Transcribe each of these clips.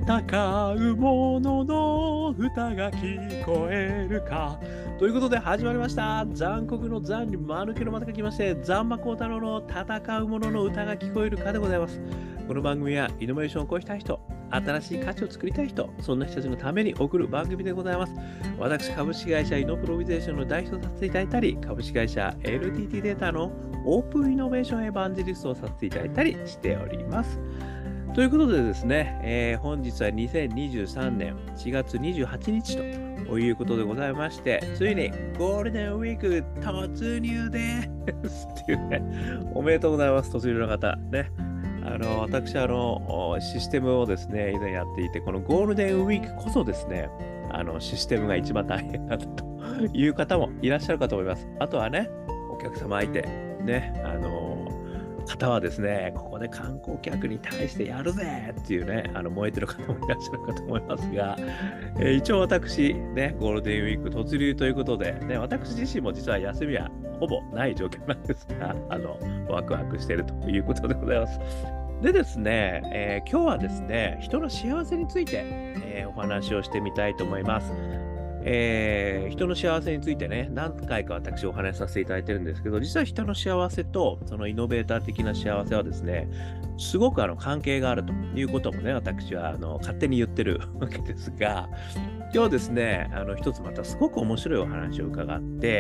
戦う者の歌が聞こえるか。ということで始まりました。残酷の残に間抜けのまたが来まして、残馬幸太郎の戦う者の歌が聞こえるかでございます。この番組はイノベーションを起こしたい人、新しい価値を作りたい人、そんな人たちのために送る番組でございます。私、株式会社イノプロビゼーションの代表をさせていただいたり、株式会社 LTT データのオープンイノベーションエヴァンジェリストをさせていただいたりしております。ということでですね、本日は2023年4月28日ということでございまして、ついにゴールデンウィーク突入ですっていうね、おめでとうございます、突入の方。ね。私、システムをですね、以前やっていて、このゴールデンウィークこそですね、システムが一番大変だという方もいらっしゃるかと思います。あとはね、お客様相手、ね、方はですね、ここで観光客に対してやるぜっていうね、燃えてる方もいらっしゃるかと思いますが、一応私、ね、ゴールデンウィーク突入ということで、ね、私自身も実は休みはほぼない状況なんですが、ワクワクしているということでございます。でですね、今日はですね、人の幸せについて、お話をしてみたいと思います。人の幸せについてね、何回か私お話しさせていただいてるんですけど、実は人の幸せとそのイノベーター的な幸せはですね、すごく関係があるということもね、私は勝手に言ってるわけですが、今日ですね、一つまたすごく面白いお話を伺って、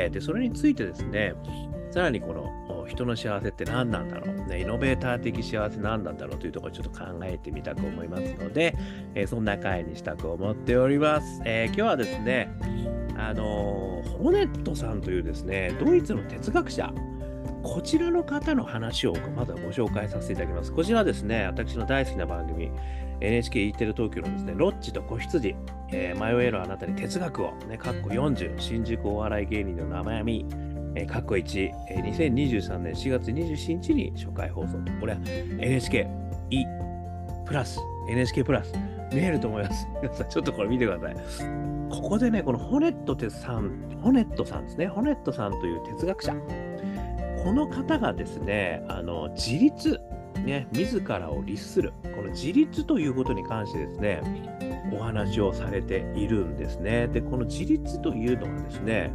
で、それについてですね、さらにこの人の幸せって何なんだろう、ね、イノベーター的幸せ何なんだろうというところをちょっと考えてみたく思いますので、そんな回にしたく思っております。今日はですね、ホネットさんというですね、ドイツの哲学者、こちらの方の話をまずはご紹介させていただきます。こちらですね、私の大好きな番組、NHKE テレ東京のですね、ロッチと子羊、迷えるあなたに哲学を、ね、かっこ40、新宿お笑い芸人の生闇、かっこ1、2023年4月27日に初回放送と。これは NHKE プラス、NHK プラス、見えると思います。皆さん、ちょっとこれ見てください。ここでね、このホネットさんですね、ホネットさんという哲学者。この方がですね、自立、ね、自らを律する、この自立ということに関してですね、お話をされているんですね。で、この自立というのはですね、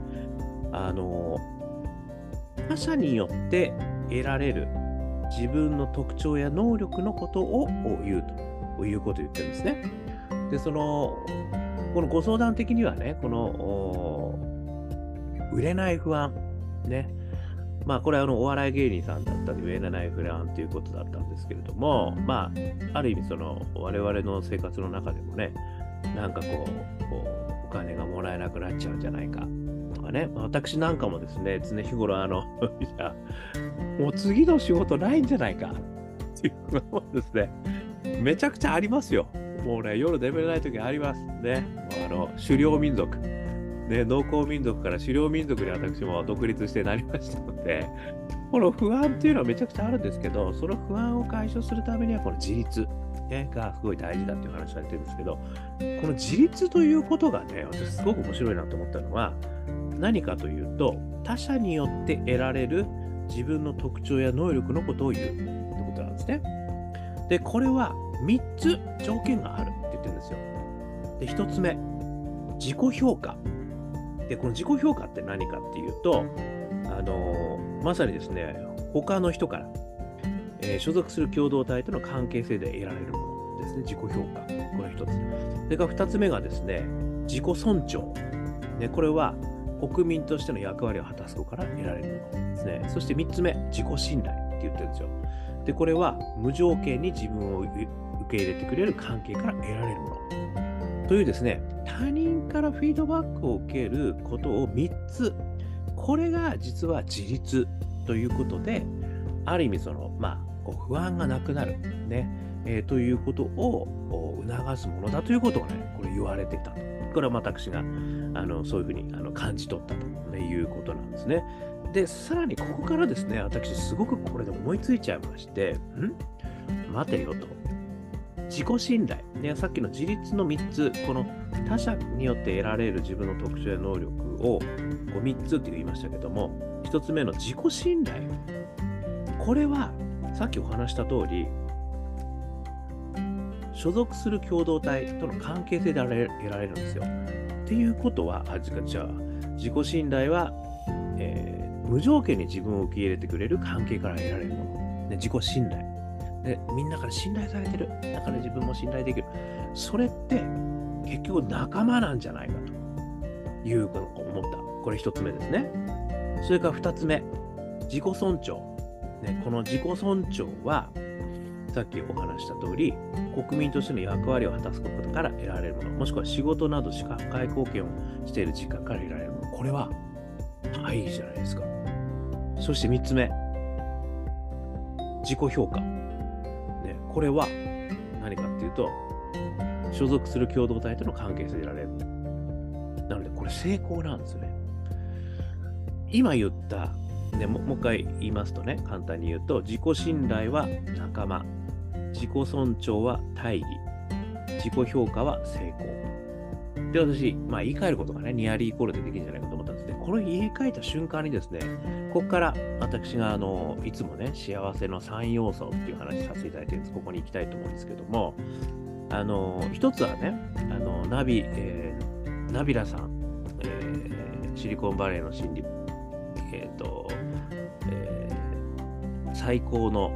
他者によって得られる自分の特徴や能力のことを言うということを言ってるんですね。で、このご相談的にはね、この売れない不安、ね、まあこれはお笑い芸人さんだったんで売れない不安ということだったんですけれども、まあある意味我々の生活の中でもね、なんかお金がもらえなくなっちゃうんじゃないかとかね、私なんかもですね、常日頃もう次の仕事ないんじゃないかっていうのもですね、めちゃくちゃありますよ。もうね、夜眠れない時ありますね。狩猟民族。ね、農耕民族から狩猟民族に私も独立してなりましたので、この不安っていうのはめちゃくちゃあるんですけど、その不安を解消するためにはこの自立、ね、がすごい大事だっていう話されてるんですけど、この自立ということがね、私すごく面白いなと思ったのは、何かというと、他者によって得られる自分の特徴や能力のことを言うってことなんですね。で、これは3つ条件があるって言ってるんですよ。で、1つ目、自己評価。で、この自己評価って何かっていうと、まさにですね、他の人から、所属する共同体との関係性で得られるものですね、自己評価。これ1つ。それから2つ目がですね、自己尊重。ね、これは国民としての役割を果たすことから得られるものですね。そして3つ目、自己信頼って言ってるんですよ。で、これは無条件に自分を受け入れてくれる関係から得られるもの。というですね、他人からフィードバックを受けることを3つ。これが実は自立ということで、ある意味不安がなくなる、ねということを促すものだということをね、これ言われてたと。これは私がそういうふうに感じ取ったということなんですね。で、さらにここからですね、私すごくこれで思いついちゃいまして、待てよと。自己信頼、ね、さっきの自立の3つ、この他者によって得られる自分の特徴や能力を3つって言いましたけども、1つ目の自己信頼。これはさっきお話した通り、 所属する共同体との関係性で得られるんですよ。っていうことは、じゃあ、自己信頼は、無条件に自分を受け入れてくれる関係から得られるもの。ね、自己信頼。で、みんなから信頼されてる。だから自分も信頼できる。それって結局仲間なんじゃないかということを思った。これ一つ目ですね。それから二つ目、自己尊重。ね、この自己尊重は、さっきお話した通り、国民としての役割を果たすことから得られるもの、もしくは仕事など社会貢献をしている時間から得られるもの。これは大義じゃないですか。そして三つ目、自己評価。ね、これは何かっていうと、所属する共同体との関係性で得られる。なので、これ成功なんですよね。今言った、ね、もう一回言いますとね、簡単に言うと、自己信頼は仲間、自己尊重は大義、自己評価は成功。で、私、言い換えることがね、ニアリーイコールでできるんじゃないかと思ったんですね。これ言い換えた瞬間にですね、ここから私がいつもね、幸せの3要素っていう話させていただいてるんです。ここに行きたいと思うんですけども、一つはね、ナビラさん、シリコンバレーの心理、最高の、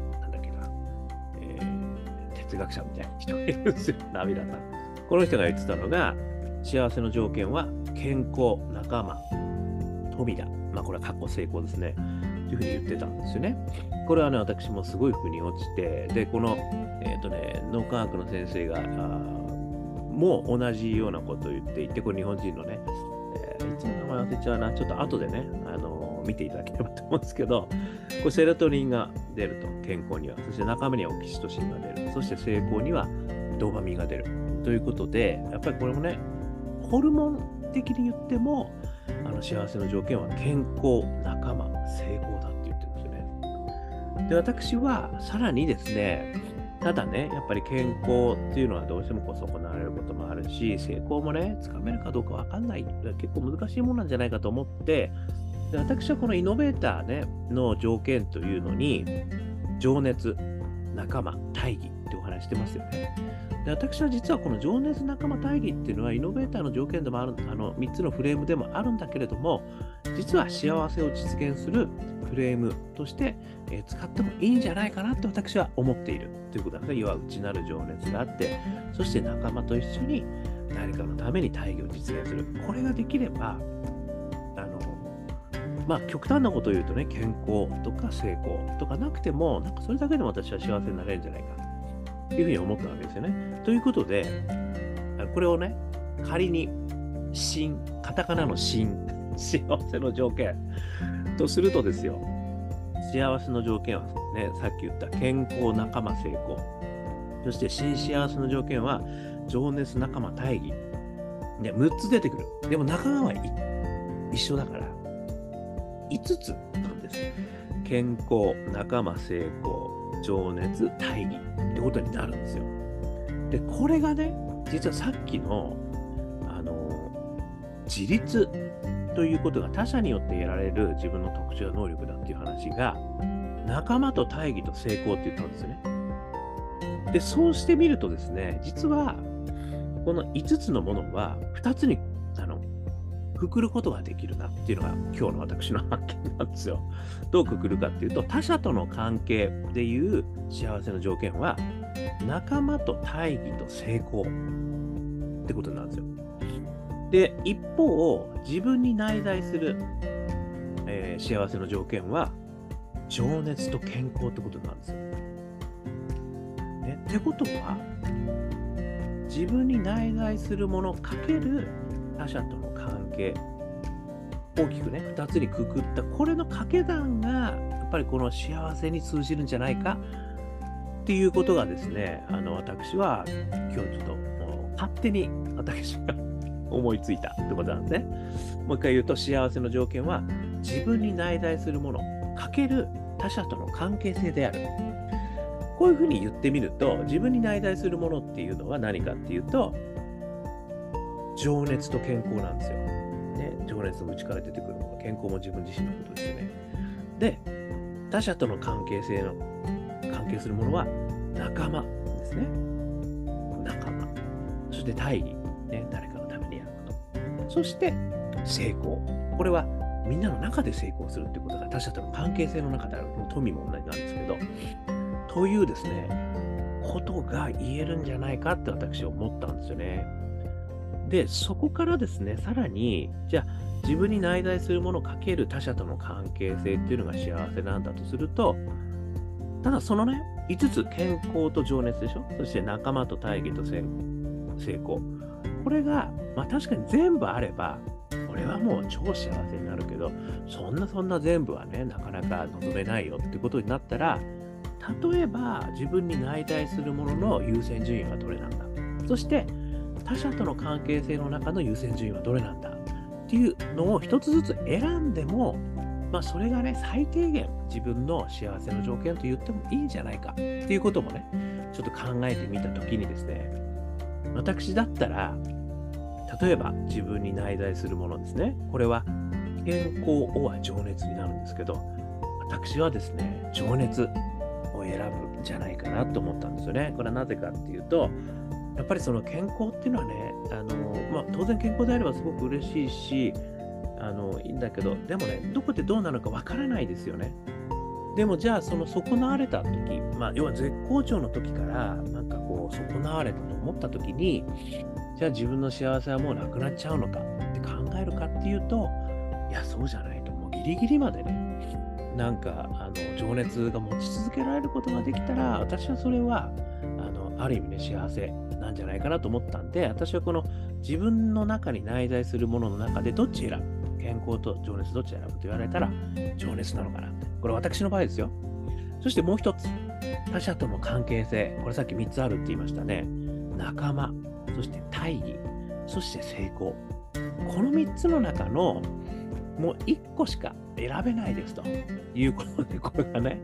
哲学者みたいな人がいるんですよ、ナビラさん。この人が言ってたのが、幸せの条件は健康、仲間、富だ。これは過去成功ですね。というふうに言ってたんですよね。これはね、私もすごい腑に落ちて、で、この、脳科学の先生が、もう同じようなことを言っていて、これ日本人のね、いつも名前忘れちゃうな、ちょっと後でね、見ていただければと思うんですけど、これセロトニンが出ると、健康には。そして仲間にはオキシトシンが出る。そして成功にはドーパミンが出る。ということで、やっぱりこれもね、ホルモン的に言っても、幸せの条件は健康、仲間、成功だって言ってるんですよね。で、私はさらにですね、ただね、やっぱり健康っていうのはどうしても損なわれることもあるし、成功もね、つかめるかどうかわかんない。結構難しいものなんじゃないかと思って、で、私はこのイノベーターね、の条件というのに、情熱、仲間、大義ってお話してますよね。で、私は実はこの情熱、仲間、大義っていうのはイノベーターの条件でもある、3つのフレームでもあるんだけれども、実は幸せを実現するフレームとして、使ってもいいんじゃないかなと私は思っているということなんですね。要は内なる情熱があって、そして仲間と一緒に誰かのために大義を実現する。これができれば、極端なことを言うとね、健康とか成功とかなくても、なんかそれだけでも私は幸せになれるんじゃないかというふうに思ったわけですよね。ということで、これをね、仮にカタカナの幸せの条件とするとですよ、幸せの条件はね、さっき言った健康、仲間、成功。そして幸せの条件は情熱、仲間、大義。ね、6つ出てくる。でも仲間は一緒だから、5つなんです。健康、仲間、成功、情熱、大義ってことになるんですよ。で、これがね、実はさっきの、自立ということが他者によって得られる自分の特徴や能力だっていう話が、仲間と大義と成功って言ったんですよね。で、そうしてみるとですね、実は、この5つのものは2つに、くくることができるなっていうのが今日の私の発見なんですよ。どうくくるかっていうと、他者との関係でいう幸せの条件は仲間と大義と成功ってことなんですよ。で、一方、自分に内在する、幸せの条件は情熱と健康ってことなんですよ。ね、ってことは、自分に内在するものかける他者との関係、大きくね、2つにくくった、これの掛け算が、やっぱりこの幸せに通じるんじゃないかっていうことがですね、私は今日ちょっと勝手に私が思いついたってことなんですね。もう一回言うと、幸せの条件は自分に内在するものかける他者との関係性である。こういうふうに言ってみると、自分に内在するものっていうのは何かっていうと、情熱と健康なんですよ。ね、情熱の内から出てくるもの、健康も自分自身のことですよね。で、他者との関係するものは仲間ですね。 そして大義、ね、誰かのためにやること。そして成功。これはみんなの中で成功するっていうことが他者との関係性の中である。富も同じなんですけど、というですね、ことが言えるんじゃないかって私は思ったんですよね。で、そこからですね、さらに、じゃあ自分に内在するものをかける他者との関係性っていうのが幸せなんだとすると、ただそのね、5つ、健康と情熱でしょ、そして仲間と大義と成功。これが、まあ確かに全部あれば、これはもう超幸せになるけど、そんな全部はね、なかなか望めないよってことになったら、例えば自分に内在するものの優先順位はどれなんだ。そして他者との関係性の中の優先順位はどれなんだっていうのを一つずつ選んでも、まあそれがね、最低限自分の幸せの条件と言ってもいいんじゃないかっていうこともね、ちょっと考えてみたときにですね、私だったら、例えば自分に内在するものですね。これは健康は情熱になるんですけど、私はですね、情熱を選ぶんじゃないかなと思ったんですよね。これはなぜかっていうと、やっぱりその健康っていうのはね、まあ、当然健康であればすごく嬉しいし、いいんだけど、でもね、どこでどうなのかわからないですよね。でもじゃあその損なわれた時、まあ要は絶好調の時からなんかこう損なわれたと思った時に、じゃあ自分の幸せはもうなくなっちゃうのかって考えるかっていうと、いやそうじゃないと、もうギリギリまでね、なんか情熱が持ち続けられることができたら、私はそれはある意味ね幸せなんじゃないかなと思ったんで、私はこの自分の中に内在するものの中でどっち選ぶ、健康と情熱どっち選ぶと言われたら情熱なのかなって。これ私の場合ですよ。そしてもう一つ、他者との関係性。これさっき3つあるって言いましたね。仲間、そして大義、そして成功。この3つの中のもう1個しか選べないですということで、これがね、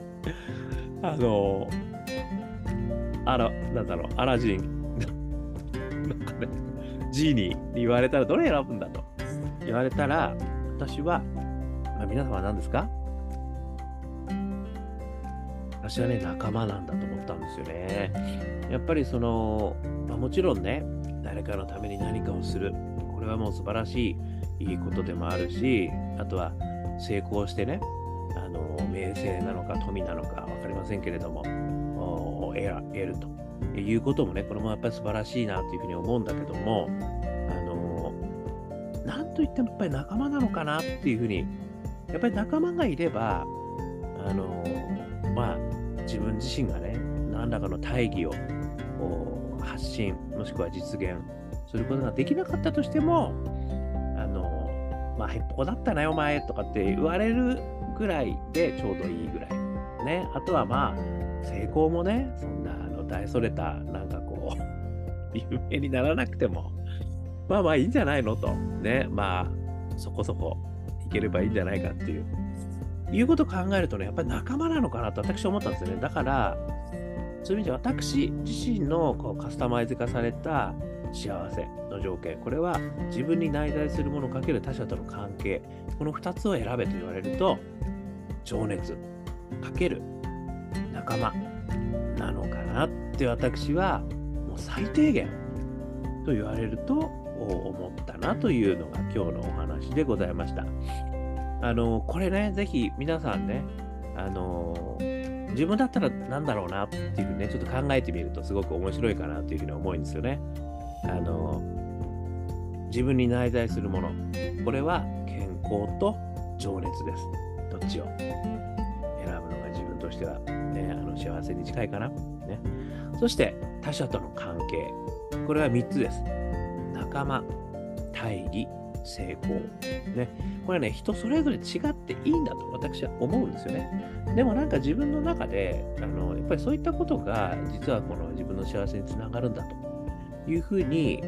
なんだろう、アラジン、なんかね、ジーニーに言われたらどれ選ぶんだと言われたら、私は、まあ、皆様は何ですか？私はね、仲間なんだと思ったんですよね。やっぱりまあ、もちろんね、誰かのために何かをする。これはもう素晴らしい、いいことでもあるし、あとは成功してね、名声なのか富なのか分かりませんけれども、得るということもね、これもやっぱり素晴らしいなというふうに思うんだけども、なんといってもやっぱり仲間なのかなっていうふうに、やっぱり仲間がいれば、まあ、自分自身がね、何らかの大義を発信、もしくは実現することができなかったとしても、まあ、へっぽこだったな、お前とかって言われるぐらいでちょうどいいぐらい。ね。あとはまあ、成功もね、そんな大それた、なんかこう、有名にならなくても、まあまあいいんじゃないのと。ね。まあ、そこそこいければいいんじゃないかっていうことを考えるとね、やっぱり仲間なのかなと私は思ったんですよね。だから、そういう意味で私自身のこうカスタマイズ化された幸せの条件、これは自分に内在するものかける他者との関係、この2つを選べと言われると、情熱かける仲間なのかなって私はもう最低限と言われると思ったなというのが今日のお話でございました。これね、ぜひ皆さんね、自分だったらなんだろうなっていうふうにね、ちょっと考えてみるとすごく面白いかなというふうに思うんですよね。自分に内在するもの、これは健康と情熱です。どっちを選ぶのが自分としては、ね、幸せに近いかな、ね。そして他者との関係、これは3つです。仲間、大義、成功。ね。これはね、人それぞれ違っていいんだと私は思うんですよね。でもなんか自分の中で、やっぱりそういったことが実はこの自分の幸せにつながるんだというふうに、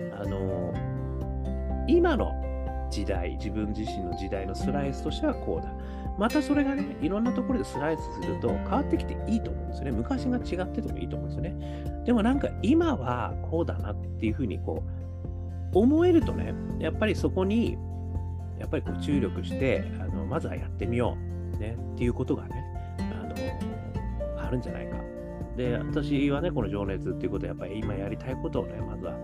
今の時代、自分自身の時代のスライスとしてはこうだ。またそれがね、いろんなところでスライスすると変わってきていいと思うんですよね。昔が違っててもいいと思うんですよね。でもなんか今はこうだなっていうふうにこう思えるとね、やっぱりそこにやっぱりこう注力してまずはやってみよう、ね、っていうことがねあるんじゃないか。で、私はね、この情熱っていうことはやっぱり今やりたいことをね、まずは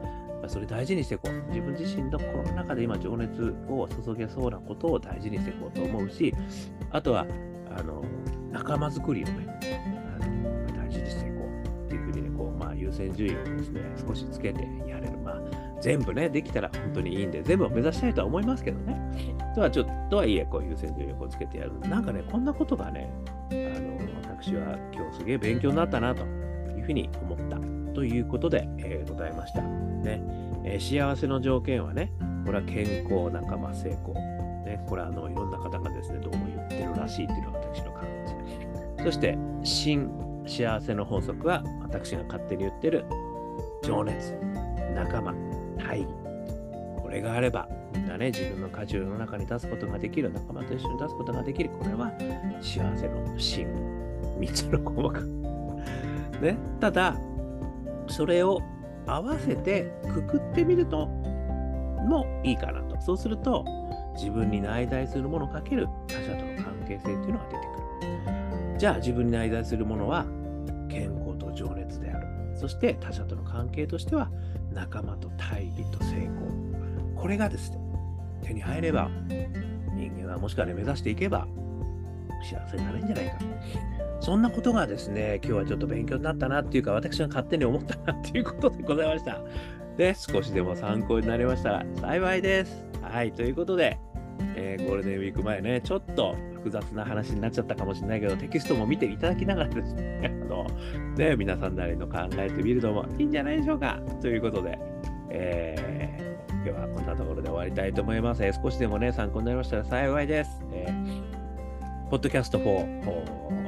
それ大事にしていこう。自分自身の心の中で今情熱を注げそうなことを大事にしていこうと思うし、あとは仲間づくりをね、大事にしていこうっていうふうにね、優先順位をですね、少しつけてやれる。全部ね、できたら本当にいいんで、全部を目指したいとは思いますけどね。とはいえ、優先順位をつけてやる。なんかね、こんなことがね、私は今日すげえ勉強になったなというふうに思ったということで、ございました。ね、幸せの条件はね、これは健康、仲間、成功。ね、これはいろんな方がですね、どうも言ってるらしいというのが私の感じ。そして、幸せの法則は、私が勝手に言ってる情熱、仲間、大義。これがあれば、みんなね、自分の価値を世の中に出すことができる、仲間と一緒に出すことができる。これは幸せの真。3つの項目。ね、ただ、それを合わせてくくってみるともいいかなと。そうすると、自分に内在するものかける他者との関係性というのが出てくる。じゃあ、自分に内在するものは健康と情熱である。そして他者との関係としては仲間と大義と成功。これがですね、手に入れば人間はもしくはね、目指していけば幸せになれるんじゃないか。そんなことがですね、今日はちょっと勉強になったなっていうか、私が勝手に思ったなっていうことでございました。で、少しでも参考になりましたら幸いです。はい、ということで、ゴールデンウィーク前ね、ちょっと複雑な話になっちゃったかもしれないけど、テキストも見ていただきながらですね、皆さんなりの考えてみるのもいいんじゃないでしょうか。ということで、今日はこんなところで終わりたいと思います。少しでもね、参考になりましたら幸いです。ポッドキャスト4、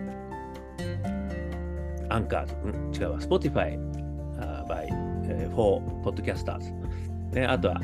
アンカーズ、違うわ、Spotify by for Podcasters、あとは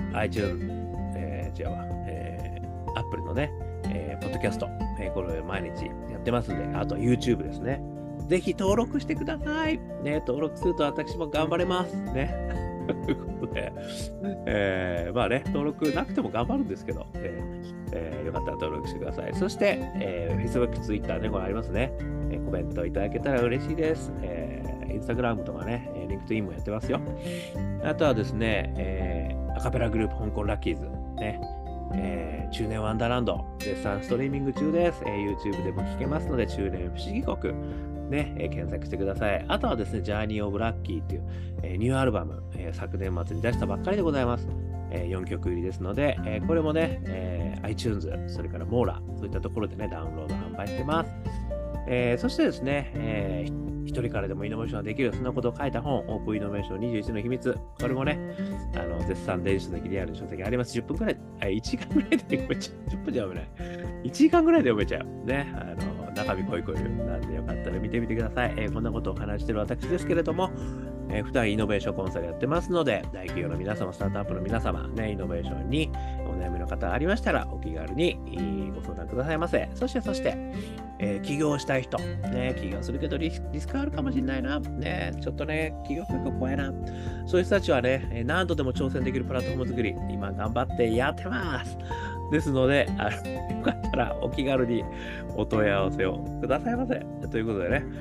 iTunes、Apple のね、ポッドキャスト、これ毎日やってますんで、あとは YouTube ですね。ぜひ登録してください。ね、登録すると私も頑張れます。ね。ということで、登録なくても頑張るんですけど、よかったら登録してください。そして、Facebook、Twitter ね、これありますね。コメントいただけたら嬉しいです。Instagram とかね、LinkedIn もやってますよ。あとはですね、アカペラグループ香港ラッキーズ、ね、中年ワンダーランド、絶賛ストリーミング中です。YouTube でも聞けますので、中年不思議国、ね、検索してください。あとはですね、ジャーニー・オブ・ラッキーという、ニューアルバム、昨年末に出したばっかりでございます。4曲入りですので、これもね、iTunes、それからモーラ、そういったところでね、ダウンロード販売してます。そしてですね、一人からでもイノベーションができる、そんなことを書いた本、オープンイノベーション21の秘密。これもね、絶賛電子書籍、リアルの書籍あります。10分くらい、1時間くらいで読めちゃう。10分じゃ読めない。1時間くらいで読めちゃう。ね、中身濃いなんでよかったら見てみてください。こんなことを話している私ですけれども、普段イノベーションコンサルやってますので、大企業の皆様、スタートアップの皆様、ね、イノベーションにお悩みの方ありましたら、お気軽にご相談くださいませ。そして、起業したい人、ね、起業するけどリスクあるかもしれないな、ね、ちょっとね、起業結構怖いな。そういう人たちはね、何度でも挑戦できるプラットフォーム作り、今頑張ってやってます。ですので、よかったらお気軽にお問い合わせをくださいませ。ということでね、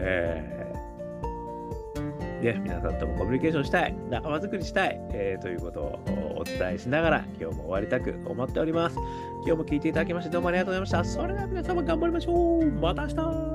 皆さんともコミュニケーションしたい、仲間作りしたい、ということをお伝えしながら、今日も終わりたく思っております。今日も聞いていただきましてどうもありがとうございました。それでは皆様頑張りましょう。また明日。